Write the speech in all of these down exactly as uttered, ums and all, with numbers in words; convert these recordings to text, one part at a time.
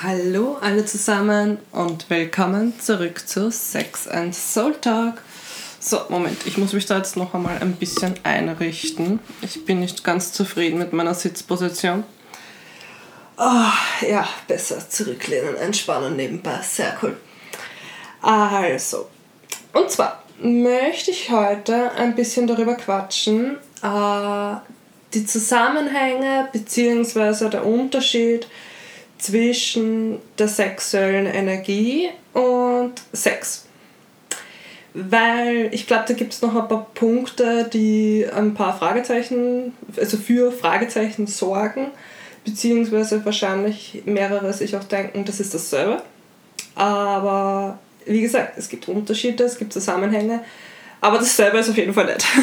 Hallo alle zusammen und willkommen zurück zu Sex and Soul Talk. So, Moment, ich muss mich da jetzt noch einmal ein bisschen einrichten. Ich bin nicht ganz zufrieden mit meiner Sitzposition. Oh, ja, besser zurücklehnen, entspannen nebenbei, sehr cool. Also, und zwar möchte ich heute ein bisschen darüber quatschen, äh, die Zusammenhänge bzw. der Unterschied zwischen der sexuellen Energie und Sex. Weil ich glaube, da gibt es noch ein paar Punkte, die ein paar Fragezeichen, also für Fragezeichen sorgen, beziehungsweise wahrscheinlich mehrere sich auch denken, das ist dasselbe. Aber wie gesagt, es gibt Unterschiede, es gibt Zusammenhänge, aber dasselbe ist auf jeden Fall nicht.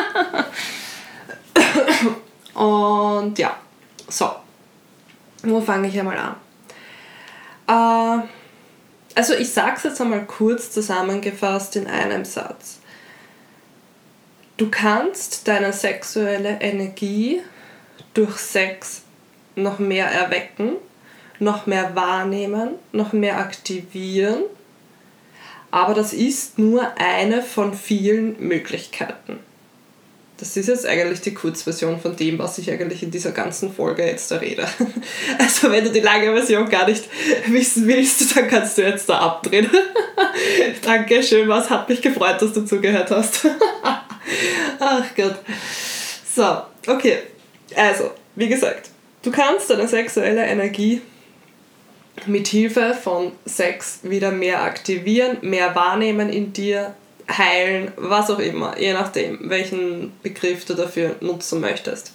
Und ja, so. Wo fange ich einmal an? Äh, also ich sage es jetzt einmal kurz zusammengefasst in einem Satz. Du kannst deine sexuelle Energie durch Sex noch mehr erwecken, noch mehr wahrnehmen, noch mehr aktivieren, aber das ist nur eine von vielen Möglichkeiten. Das ist jetzt eigentlich die Kurzversion von dem, was ich eigentlich in dieser ganzen Folge jetzt da rede. Also wenn du die lange Version gar nicht wissen willst, dann kannst du jetzt da abdrehen. Dankeschön, was hat mich gefreut, dass du zugehört hast. Ach Gott. So, okay. Also, wie gesagt, du kannst deine sexuelle Energie mit Hilfe von Sex wieder mehr aktivieren, mehr wahrnehmen in dir, heilen, was auch immer, je nachdem, welchen Begriff du dafür nutzen möchtest.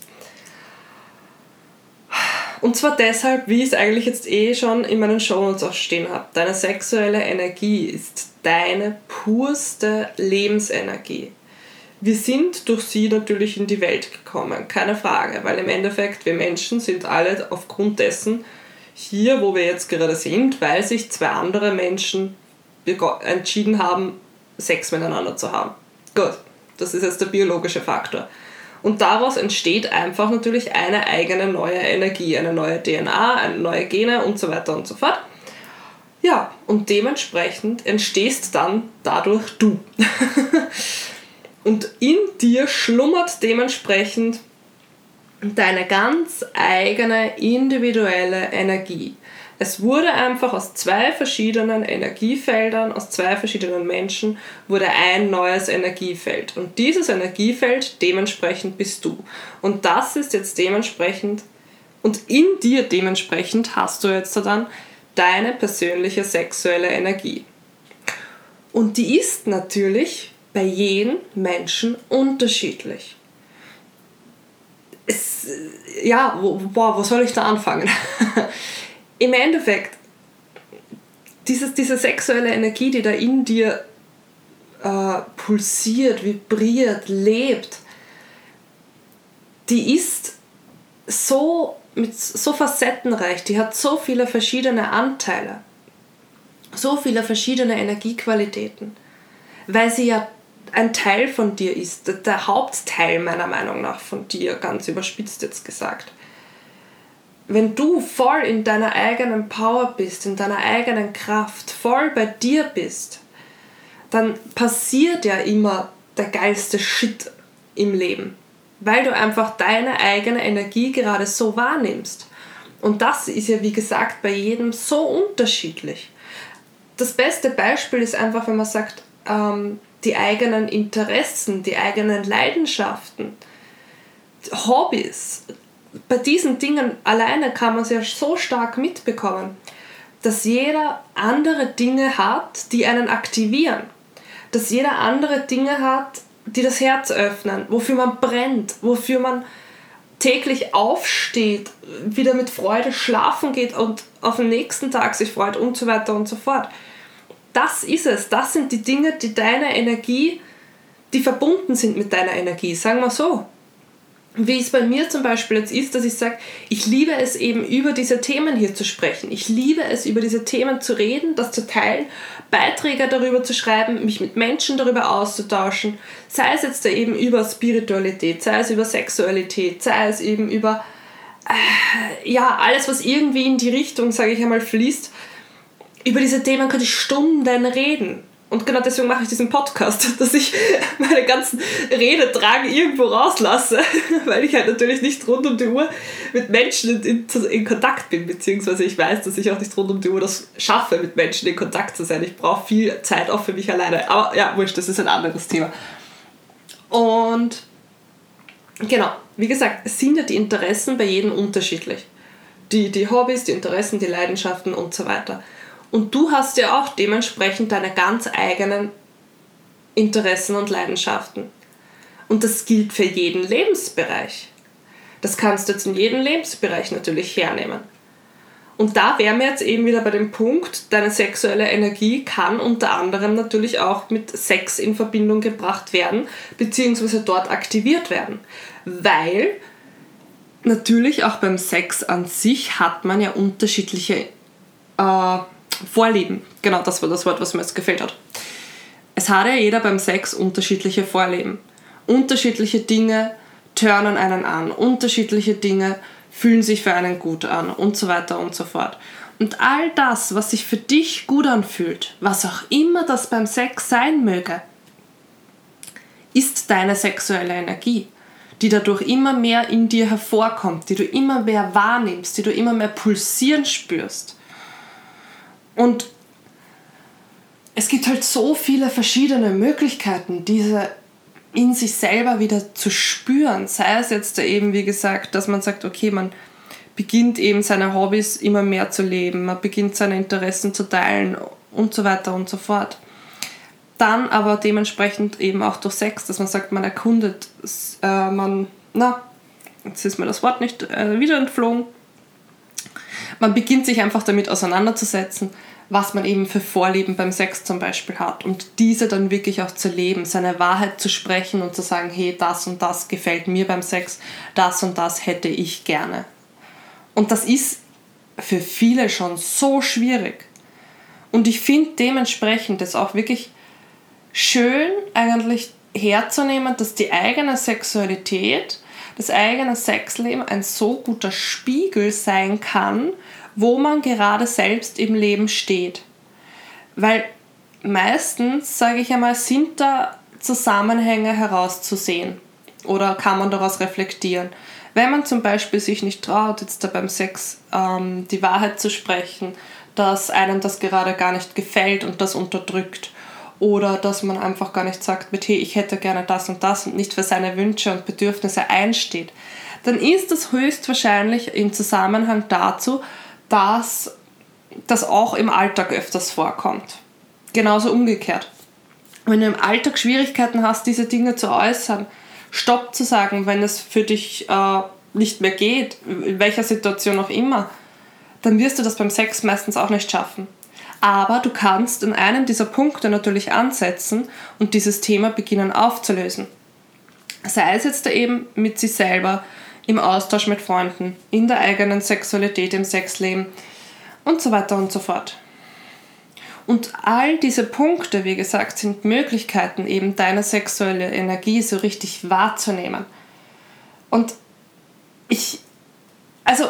Und zwar deshalb, wie ich es eigentlich jetzt eh schon in meinen Shownotes auch stehen habe. Deine sexuelle Energie ist deine purste Lebensenergie. Wir sind durch sie natürlich in die Welt gekommen, keine Frage, weil im Endeffekt wir Menschen sind alle aufgrund dessen hier, wo wir jetzt gerade sind, weil sich zwei andere Menschen entschieden haben, Sex miteinander zu haben. Gut, das ist jetzt der biologische Faktor. Und daraus entsteht einfach natürlich eine eigene neue Energie, eine neue D N A, eine neue Gene und so weiter und so fort. Ja, und dementsprechend entstehst dann dadurch du. Und in dir schlummert dementsprechend deine ganz eigene individuelle Energie. Es wurde einfach aus zwei verschiedenen Energiefeldern, aus zwei verschiedenen Menschen, wurde ein neues Energiefeld. Und dieses Energiefeld, dementsprechend bist du. Und das ist jetzt dementsprechend, und in dir dementsprechend hast du jetzt dann deine persönliche sexuelle Energie. Und die ist natürlich bei jedem Menschen unterschiedlich. Es, ja, wo, boah, wo soll ich da anfangen? Im Endeffekt, dieses, diese sexuelle Energie, die da in dir äh, pulsiert, vibriert, lebt, die ist so, mit, so facettenreich, die hat so viele verschiedene Anteile, so viele verschiedene Energiequalitäten, weil sie ja ein Teil von dir ist, der Hauptteil meiner Meinung nach von dir, ganz überspitzt jetzt gesagt. Wenn du voll in deiner eigenen Power bist, in deiner eigenen Kraft, voll bei dir bist, dann passiert ja immer der geilste Shit im Leben, weil du einfach deine eigene Energie gerade so wahrnimmst. Und das ist ja, wie gesagt, bei jedem so unterschiedlich. Das beste Beispiel ist einfach, wenn man sagt, ähm, die eigenen Interessen, die eigenen Leidenschaften, Hobbys. Bei diesen Dingen alleine kann man es ja so stark mitbekommen, dass jeder andere Dinge hat, die einen aktivieren. Dass jeder andere Dinge hat, die das Herz öffnen, wofür man brennt, wofür man täglich aufsteht, wieder mit Freude schlafen geht und auf den nächsten Tag sich freut und so weiter und so fort. Das ist es. Das sind die Dinge, die deine Energie, die verbunden sind mit deiner Energie, sagen wir so. Wie es bei mir zum Beispiel jetzt ist, dass ich sage, ich liebe es eben über diese Themen hier zu sprechen. Ich liebe es über diese Themen zu reden, das zu teilen, Beiträge darüber zu schreiben, mich mit Menschen darüber auszutauschen, sei es jetzt eben über Spiritualität, sei es über Sexualität, sei es eben über äh, ja, alles, was irgendwie in die Richtung, sage ich einmal, fließt, über diese Themen könnte ich Stunden reden. Und genau deswegen mache ich diesen Podcast, dass ich meine ganzen Rededrang irgendwo rauslasse, weil ich halt natürlich nicht rund um die Uhr mit Menschen in, in, in Kontakt bin, beziehungsweise ich weiß, dass ich auch nicht rund um die Uhr das schaffe, mit Menschen in Kontakt zu sein. Ich brauche viel Zeit auch für mich alleine. Aber ja, wurscht, das ist ein anderes Thema. Und genau, wie gesagt, es sind ja die Interessen bei jedem unterschiedlich. Die, die Hobbys, die Interessen, die Leidenschaften und so weiter. Und du hast ja auch dementsprechend deine ganz eigenen Interessen und Leidenschaften. Und das gilt für jeden Lebensbereich. Das kannst du jetzt in jedem Lebensbereich natürlich hernehmen. Und da wären wir jetzt eben wieder bei dem Punkt, deine sexuelle Energie kann unter anderem natürlich auch mit Sex in Verbindung gebracht werden, beziehungsweise dort aktiviert werden. Weil natürlich auch beim Sex an sich hat man ja unterschiedliche äh, Vorlieben. Genau, das war das Wort, was mir jetzt gefehlt hat. Es hat ja jeder beim Sex unterschiedliche Vorlieben. Unterschiedliche Dinge turnen einen an. Unterschiedliche Dinge fühlen sich für einen gut an und so weiter und so fort. Und all das, was sich für dich gut anfühlt, was auch immer das beim Sex sein möge, ist deine sexuelle Energie, die dadurch immer mehr in dir hervorkommt, die du immer mehr wahrnimmst, die du immer mehr pulsieren spürst. Und es gibt halt so viele verschiedene Möglichkeiten, diese in sich selber wieder zu spüren. Sei es jetzt eben, wie gesagt, dass man sagt, okay, man beginnt eben seine Hobbys immer mehr zu leben, man beginnt seine Interessen zu teilen und so weiter und so fort. Dann aber dementsprechend eben auch durch Sex, dass man sagt, man erkundet, äh, man, na, jetzt ist mir das Wort nicht äh, wieder entflogen, man beginnt sich einfach damit auseinanderzusetzen, was man eben für Vorlieben beim Sex zum Beispiel hat und diese dann wirklich auch zu leben, seine Wahrheit zu sprechen und zu sagen, hey, das und das gefällt mir beim Sex, das und das hätte ich gerne. Und das ist für viele schon so schwierig. Und ich finde dementsprechend es auch wirklich schön eigentlich herzunehmen, dass die eigene Sexualität, das eigene Sexleben ein so guter Spiegel sein kann, wo man gerade selbst im Leben steht. Weil meistens, sage ich einmal, sind da Zusammenhänge herauszusehen oder kann man daraus reflektieren. Wenn man zum Beispiel sich nicht traut, jetzt da beim Sex ähm, die Wahrheit zu sprechen, dass einem das gerade gar nicht gefällt und das unterdrückt, oder dass man einfach gar nicht sagt, mit hey, ich hätte gerne das und das und nicht für seine Wünsche und Bedürfnisse einsteht, dann ist das höchstwahrscheinlich im Zusammenhang dazu, dass das auch im Alltag öfters vorkommt. Genauso umgekehrt. Wenn du im Alltag Schwierigkeiten hast, diese Dinge zu äußern, Stopp zu sagen, wenn es für dich äh, nicht mehr geht, in welcher Situation auch immer, dann wirst du das beim Sex meistens auch nicht schaffen. Aber du kannst in einem dieser Punkte natürlich ansetzen und dieses Thema beginnen aufzulösen. Sei es jetzt da eben mit sich selber, im Austausch mit Freunden, in der eigenen Sexualität, im Sexleben und so weiter und so fort. Und all diese Punkte, wie gesagt, sind Möglichkeiten, eben deine sexuelle Energie so richtig wahrzunehmen. Und ich, also,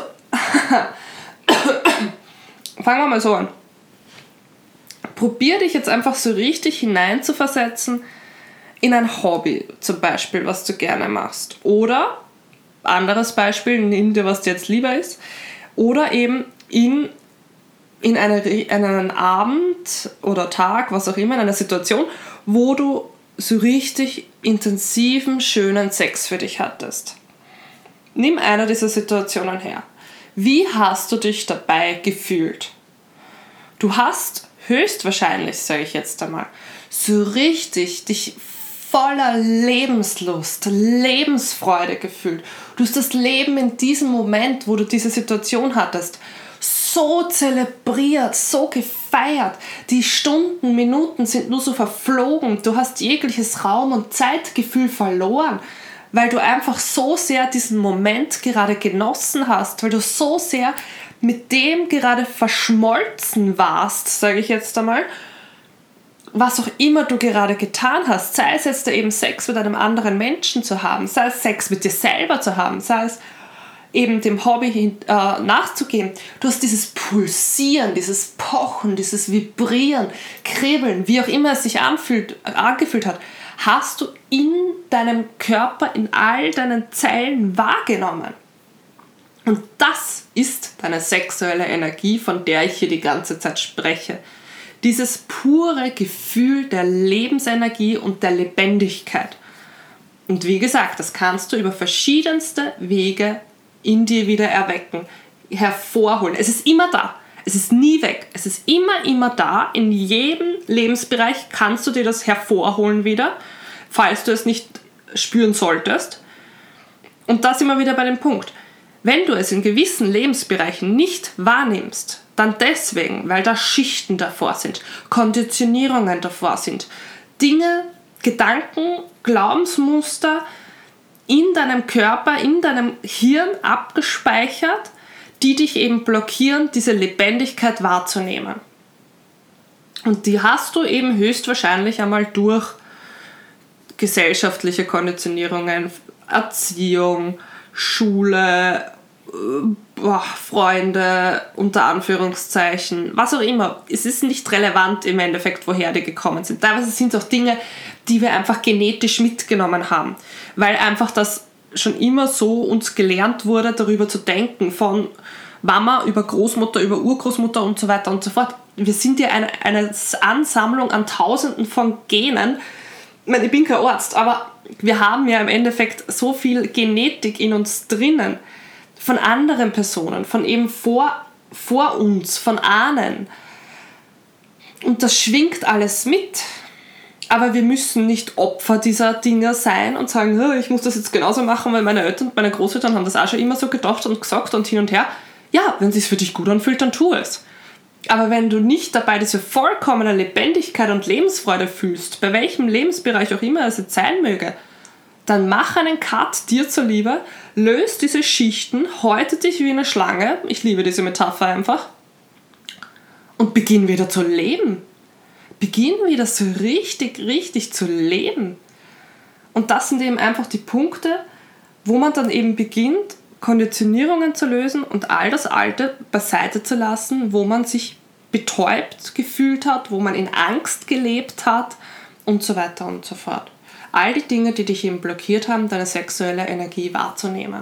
fangen wir mal so an. Probier dich jetzt einfach so richtig hineinzuversetzen in ein Hobby, zum Beispiel, was du gerne machst. Oder, anderes Beispiel, nimm dir, was dir jetzt lieber ist. Oder eben in, in, eine, in einen Abend oder Tag, was auch immer, in einer Situation, wo du so richtig intensiven, schönen Sex für dich hattest. Nimm eine dieser Situationen her. Wie hast du dich dabei gefühlt? Du hast höchstwahrscheinlich, sage ich jetzt einmal, so richtig dich voller Lebenslust, Lebensfreude gefühlt. Du hast das Leben in diesem Moment, wo du diese Situation hattest, so zelebriert, so gefeiert. Die Stunden, Minuten sind nur so verflogen. Du hast jegliches Raum- und Zeitgefühl verloren, weil du einfach so sehr diesen Moment gerade genossen hast, weil du so sehr mit dem gerade verschmolzen warst, sage ich jetzt einmal, was auch immer du gerade getan hast, sei es jetzt eben Sex mit einem anderen Menschen zu haben, sei es Sex mit dir selber zu haben, sei es eben dem Hobby hin, äh, nachzugehen. Du hast dieses Pulsieren, dieses Pochen, dieses Vibrieren, Kribbeln, wie auch immer es sich anfühlt, angefühlt hat, hast du in deinem Körper, in all deinen Zellen wahrgenommen. Und das ist deine sexuelle Energie, von der ich hier die ganze Zeit spreche. Dieses pure Gefühl der Lebensenergie und der Lebendigkeit. Und wie gesagt, das kannst du über verschiedenste Wege in dir wieder erwecken, hervorholen. Es ist immer da. Es ist nie weg. Es ist immer, immer da. In jedem Lebensbereich kannst du dir das hervorholen wieder, falls du es nicht spüren solltest. Und da sind wir wieder bei dem Punkt. Wenn du es in gewissen Lebensbereichen nicht wahrnimmst, dann deswegen, weil da Schichten davor sind, Konditionierungen davor sind, Dinge, Gedanken, Glaubensmuster in deinem Körper, in deinem Hirn abgespeichert, die dich eben blockieren, diese Lebendigkeit wahrzunehmen. Und die hast du eben höchstwahrscheinlich einmal durch gesellschaftliche Konditionierungen, Erziehung, Schule, boah, Freunde, unter Anführungszeichen, was auch immer. Es ist nicht relevant im Endeffekt, woher die gekommen sind. Teilweise sind es auch Dinge, die wir einfach genetisch mitgenommen haben, weil einfach das schon immer so uns gelernt wurde, darüber zu denken, von Mama über Großmutter, über Urgroßmutter und so weiter und so fort. Wir sind ja eine, eine Ansammlung an Tausenden von Genen. Ich meine, ich bin kein Arzt, aber wir haben ja im Endeffekt so viel Genetik in uns drinnen, von anderen Personen, von eben vor, vor uns, von Ahnen. Und das schwingt alles mit. Aber wir müssen nicht Opfer dieser Dinge sein und sagen, ich muss das jetzt genauso machen, weil meine Eltern und meine Großeltern haben das auch schon immer so gedacht und gesagt und hin und her. Ja, wenn es sich für dich gut anfühlt, dann tu es. Aber wenn du nicht dabei diese vollkommene Lebendigkeit und Lebensfreude fühlst, bei welchem Lebensbereich auch immer es jetzt sein möge, dann mach einen Cut dir zuliebe, löst diese Schichten, häute dich wie eine Schlange, ich liebe diese Metapher einfach, und beginn wieder zu leben. Beginn wieder so richtig, richtig zu leben. Und das sind eben einfach die Punkte, wo man dann eben beginnt, Konditionierungen zu lösen und all das Alte beiseite zu lassen, wo man sich betäubt gefühlt hat, wo man in Angst gelebt hat und so weiter und so fort. All die Dinge, die dich eben blockiert haben, deine sexuelle Energie wahrzunehmen.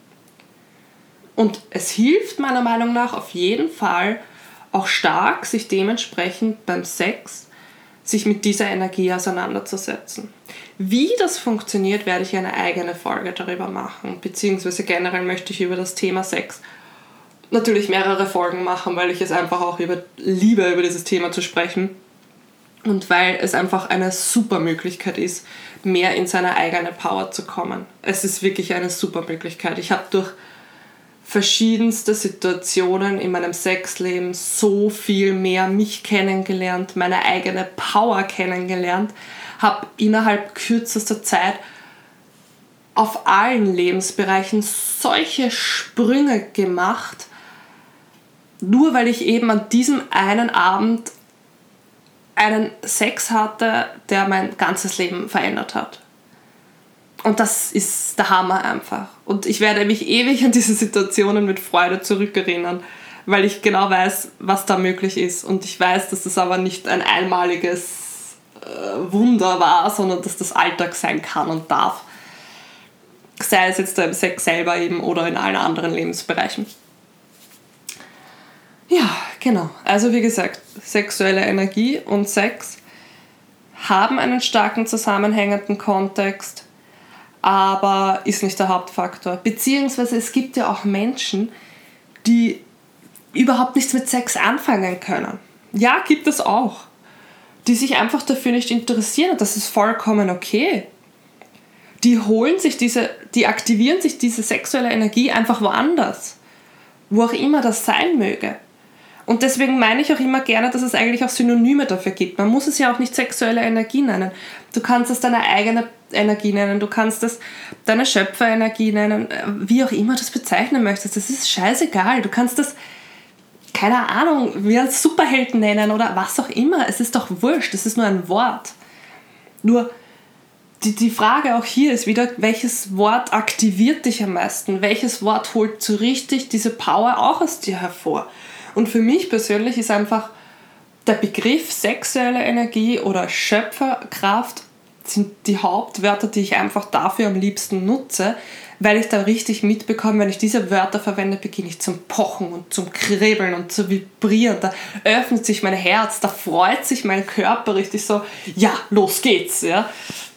Und es hilft meiner Meinung nach auf jeden Fall auch stark, sich dementsprechend beim Sex sich mit dieser Energie auseinanderzusetzen. Wie das funktioniert, werde ich eine eigene Folge darüber machen, beziehungsweise generell möchte ich über das Thema Sex natürlich mehrere Folgen machen, weil ich es einfach auch über, liebe, über dieses Thema zu sprechen. Und weil es einfach eine super Möglichkeit ist, mehr in seine eigene Power zu kommen. Es ist wirklich eine super Möglichkeit. Ich habe durch verschiedenste Situationen in meinem Sexleben so viel mehr mich kennengelernt, meine eigene Power kennengelernt, habe innerhalb kürzester Zeit auf allen Lebensbereichen solche Sprünge gemacht, nur weil ich eben an diesem einen Abend einen Sex hatte, der mein ganzes Leben verändert hat. Und das ist der Hammer einfach. Und ich werde mich ewig an diese Situationen mit Freude zurückerinnern, weil ich genau weiß, was da möglich ist. Und ich weiß, dass das aber nicht ein einmaliges äh, Wunder war, sondern dass das Alltag sein kann und darf. Sei es jetzt im Sex selber eben oder in allen anderen Lebensbereichen. Ja, genau. Also wie gesagt, sexuelle Energie und Sex haben einen starken zusammenhängenden Kontext, aber ist nicht der Hauptfaktor. Beziehungsweise es gibt ja auch Menschen, die überhaupt nichts mit Sex anfangen können. Ja, gibt es auch. Die sich einfach dafür nicht interessieren und das ist vollkommen okay. Die holen sich diese, die aktivieren sich diese sexuelle Energie einfach woanders. Wo auch immer das sein möge. Und deswegen meine ich auch immer gerne, dass es eigentlich auch Synonyme dafür gibt. Man muss es ja auch nicht sexuelle Energie nennen. Du kannst es deine eigene Energie nennen, du kannst es deine Schöpferenergie nennen, wie auch immer du es bezeichnen möchtest. Das ist scheißegal. Du kannst das, keine Ahnung, wie einen Superhelden nennen oder was auch immer. Es ist doch wurscht, es ist nur ein Wort. Nur die, die Frage auch hier ist wieder, welches Wort aktiviert dich am meisten? Welches Wort holt so richtig diese Power auch aus dir hervor? Und für mich persönlich ist einfach der Begriff sexuelle Energie oder Schöpferkraft sind die Hauptwörter, die ich einfach dafür am liebsten nutze, weil ich da richtig mitbekomme, wenn ich diese Wörter verwende, beginne ich zum Pochen und zum Kribbeln und zu vibrieren. Da öffnet sich mein Herz, da freut sich mein Körper richtig so, ja, los geht's. Ja.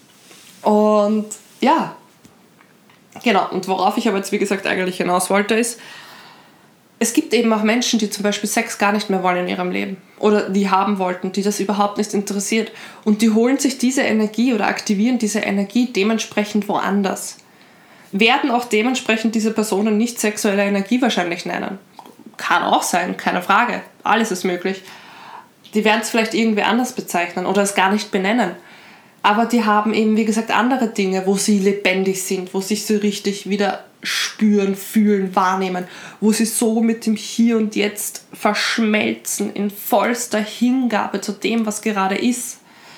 Und ja, genau. Und worauf ich aber jetzt, wie gesagt, eigentlich hinaus wollte, ist, es gibt eben auch Menschen, die zum Beispiel Sex gar nicht mehr wollen in ihrem Leben oder die haben wollten, die das überhaupt nicht interessiert. Und die holen sich diese Energie oder aktivieren diese Energie dementsprechend woanders. Werden auch dementsprechend diese Personen nicht sexuelle Energie wahrscheinlich nennen. Kann auch sein, keine Frage. Alles ist möglich. Die werden es vielleicht irgendwie anders bezeichnen oder es gar nicht benennen. Aber die haben eben, wie gesagt, andere Dinge, wo sie lebendig sind, wo sie sich so richtig wieder spüren, fühlen, wahrnehmen, wo sie so mit dem Hier und Jetzt verschmelzen in vollster Hingabe zu dem, was gerade ist.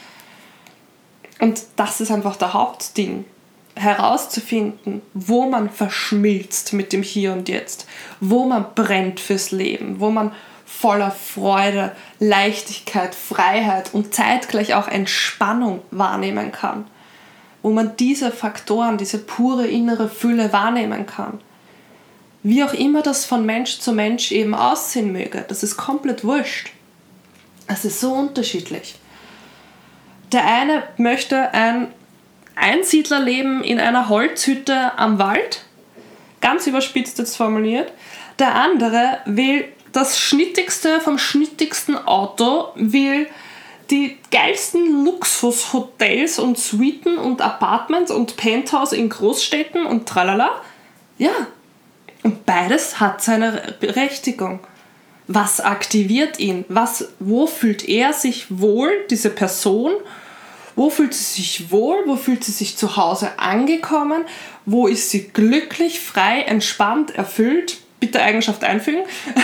Und das ist einfach der Hauptding, herauszufinden, wo man verschmilzt mit dem Hier und Jetzt, wo man brennt fürs Leben, wo man voller Freude, Leichtigkeit, Freiheit und zeitgleich auch Entspannung wahrnehmen kann. Wo man diese Faktoren, diese pure innere Fülle wahrnehmen kann. Wie auch immer das von Mensch zu Mensch eben aussehen möge, das ist komplett wurscht. Es ist so unterschiedlich. Der eine möchte ein Einsiedlerleben in einer Holzhütte am Wald, ganz überspitzt jetzt formuliert. Der andere will das Schnittigste vom schnittigsten Auto, will die geilsten Luxushotels und Suiten und Apartments und Penthouse in Großstädten und tralala. Ja, und beides hat seine Berechtigung. Was aktiviert ihn? Was, wo fühlt er sich wohl, diese Person? Wo fühlt sie sich wohl? Wo fühlt sie sich zu Hause angekommen? Wo ist sie glücklich, frei, entspannt, erfüllt? Bitte Eigenschaft einfügen.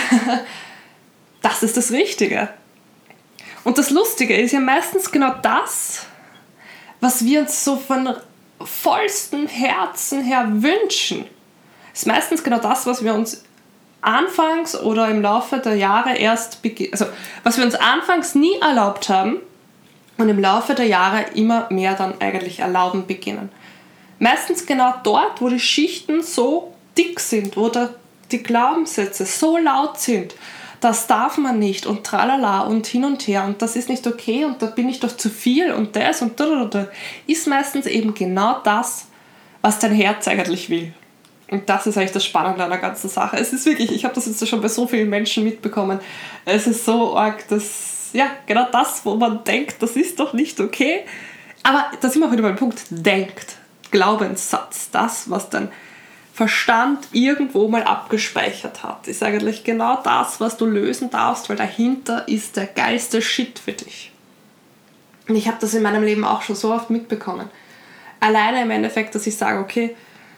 Das ist das Richtige. Und das Lustige ist ja meistens genau das, was wir uns so von vollstem Herzen her wünschen. Ist meistens genau das, was wir uns anfangs oder im Laufe der Jahre erst beginnen, also was wir uns anfangs nie erlaubt haben und im Laufe der Jahre immer mehr dann eigentlich erlauben beginnen. Meistens genau dort, wo die Schichten so dick sind, wo der, die Glaubenssätze so laut sind, das darf man nicht und tralala und hin und her und das ist nicht okay und da bin ich doch zu viel und das und da, da, da, ist meistens eben genau das, was dein Herz eigentlich will. Und das ist eigentlich das Spannende an der ganzen Sache. Es ist wirklich, ich habe das jetzt schon bei so vielen Menschen mitbekommen, es ist so arg, dass, ja, genau das, wo man denkt, das ist doch nicht okay. Aber da sind wir auch wieder beim Punkt, denkt, Glaubenssatz, das, was dein Verstand irgendwo mal abgespeichert hat, ist eigentlich genau das, was du lösen darfst, weil dahinter ist der geilste Shit für dich. Und ich habe das in meinem Leben auch schon so oft mitbekommen. Alleine im Endeffekt, dass ich sage, okay,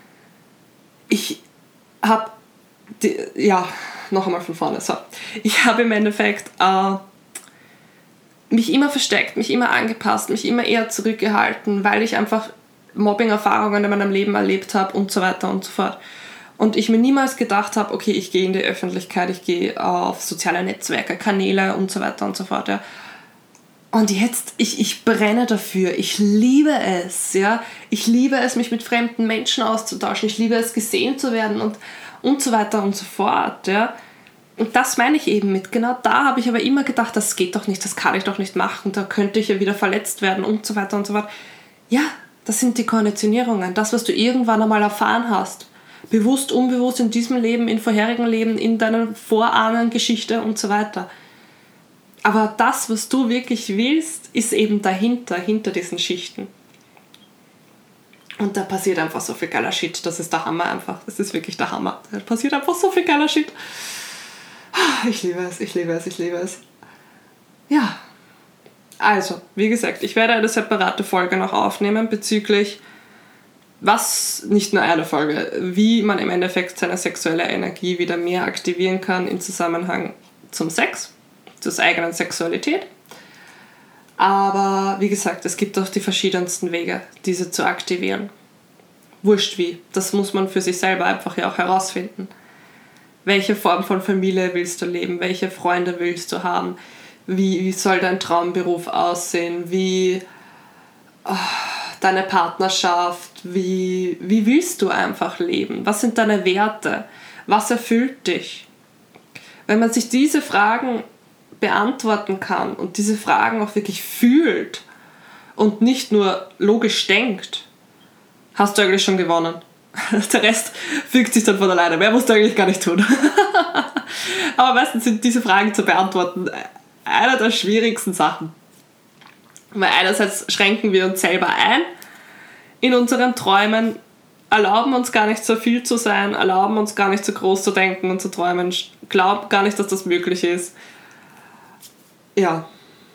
ich habe, ja, noch einmal von vorne, so. Ich habe im Endeffekt äh, mich immer versteckt, mich immer angepasst, mich immer eher zurückgehalten, weil ich einfach Mobbing-Erfahrungen in meinem Leben erlebt habe und so weiter und so fort. Und ich mir niemals gedacht habe, okay, ich gehe in die Öffentlichkeit, ich gehe auf soziale Netzwerke, Kanäle und so weiter und so fort, ja. Und jetzt, ich, ich brenne dafür, ich liebe es, ja. Ich liebe es, mich mit fremden Menschen auszutauschen, ich liebe es, gesehen zu werden und, und so weiter und so fort, ja. Und das meine ich eben mit, genau da habe ich aber immer gedacht, das geht doch nicht, das kann ich doch nicht machen, da könnte ich ja wieder verletzt werden und so weiter und so fort. Ja, das sind die Konditionierungen, das, was du irgendwann einmal erfahren hast. Bewusst, unbewusst in diesem Leben, in vorherigen Leben, in deiner Vorahnengeschichte und so weiter. Aber das, was du wirklich willst, ist eben dahinter, hinter diesen Schichten. Und da passiert einfach so viel geiler Shit. Das ist der Hammer einfach. Das ist wirklich der Hammer. Da passiert einfach so viel geiler Shit. Ich liebe es, ich liebe es, ich liebe es. Ja. Also, wie gesagt, ich werde eine separate Folge noch aufnehmen bezüglich, was, nicht nur eine Folge, wie man im Endeffekt seine sexuelle Energie wieder mehr aktivieren kann im Zusammenhang zum Sex, zur eigenen Sexualität. Aber wie gesagt, es gibt auch die verschiedensten Wege, diese zu aktivieren. Wurscht wie. Das muss man für sich selber einfach ja auch herausfinden. Welche Form von Familie willst du leben? Welche Freunde willst du haben? Wie, wie soll dein Traumberuf aussehen? Wie oh, deine Partnerschaft? Wie, wie willst du einfach leben? Was sind deine Werte? Was erfüllt dich? Wenn man sich diese Fragen beantworten kann und diese Fragen auch wirklich fühlt und nicht nur logisch denkt, hast du eigentlich schon gewonnen. Der Rest fügt sich dann von alleine. Mehr musst du eigentlich gar nicht tun. Aber meistens sind diese Fragen zu beantworten einer der schwierigsten Sachen. Weil einerseits schränken wir uns selber ein in unseren Träumen, erlauben uns gar nicht so viel zu sein, erlauben uns gar nicht so groß zu denken und zu träumen, glauben gar nicht, dass das möglich ist. Ja,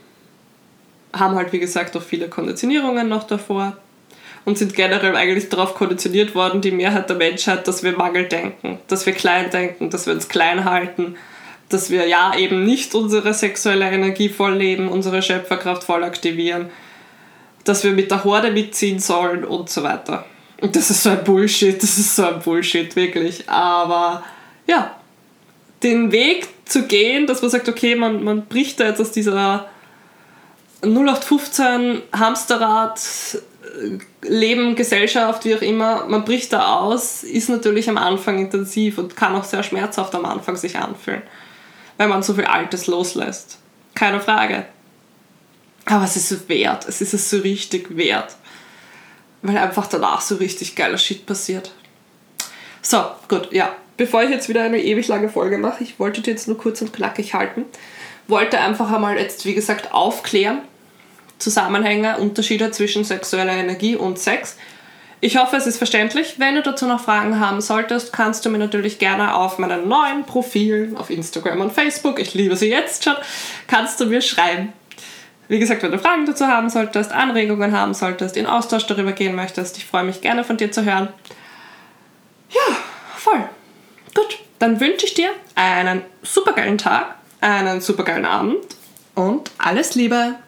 haben halt wie gesagt auch viele Konditionierungen noch davor und sind generell eigentlich darauf konditioniert worden, die Mehrheit der Menschheit, dass wir Mangel denken, dass wir klein denken, dass wir uns klein halten, dass wir ja eben nicht unsere sexuelle Energie voll leben, unsere Schöpferkraft voll aktivieren, dass wir mit der Horde mitziehen sollen und so weiter. Und das ist so ein Bullshit, das ist so ein Bullshit, wirklich. Aber ja, den Weg zu gehen, dass man sagt, okay, man, man bricht da jetzt aus dieser null acht fünfzehn Hamsterrad, Leben, Gesellschaft, wie auch immer, man bricht da aus, ist natürlich am Anfang intensiv und kann auch sehr schmerzhaft am Anfang sich anfühlen, weil man so viel Altes loslässt. Keine Frage. Aber es ist es wert, es ist es so richtig wert, weil einfach danach so richtig geiler Shit passiert. So, gut, ja. Bevor ich jetzt wieder eine ewig lange Folge mache, ich wollte die jetzt nur kurz und knackig halten, wollte einfach einmal jetzt, wie gesagt, aufklären, Zusammenhänge, Unterschiede zwischen sexueller Energie und Sex. Ich hoffe, es ist verständlich. Wenn du dazu noch Fragen haben solltest, kannst du mir natürlich gerne auf meinen neuen Profilen auf Instagram und Facebook, ich liebe sie jetzt schon, kannst du mir schreiben. Wie gesagt, wenn du Fragen dazu haben solltest, Anregungen haben solltest, in Austausch darüber gehen möchtest, ich freue mich gerne von dir zu hören. Ja, voll. Gut, dann wünsche ich dir einen supergeilen Tag, einen supergeilen Abend und alles Liebe.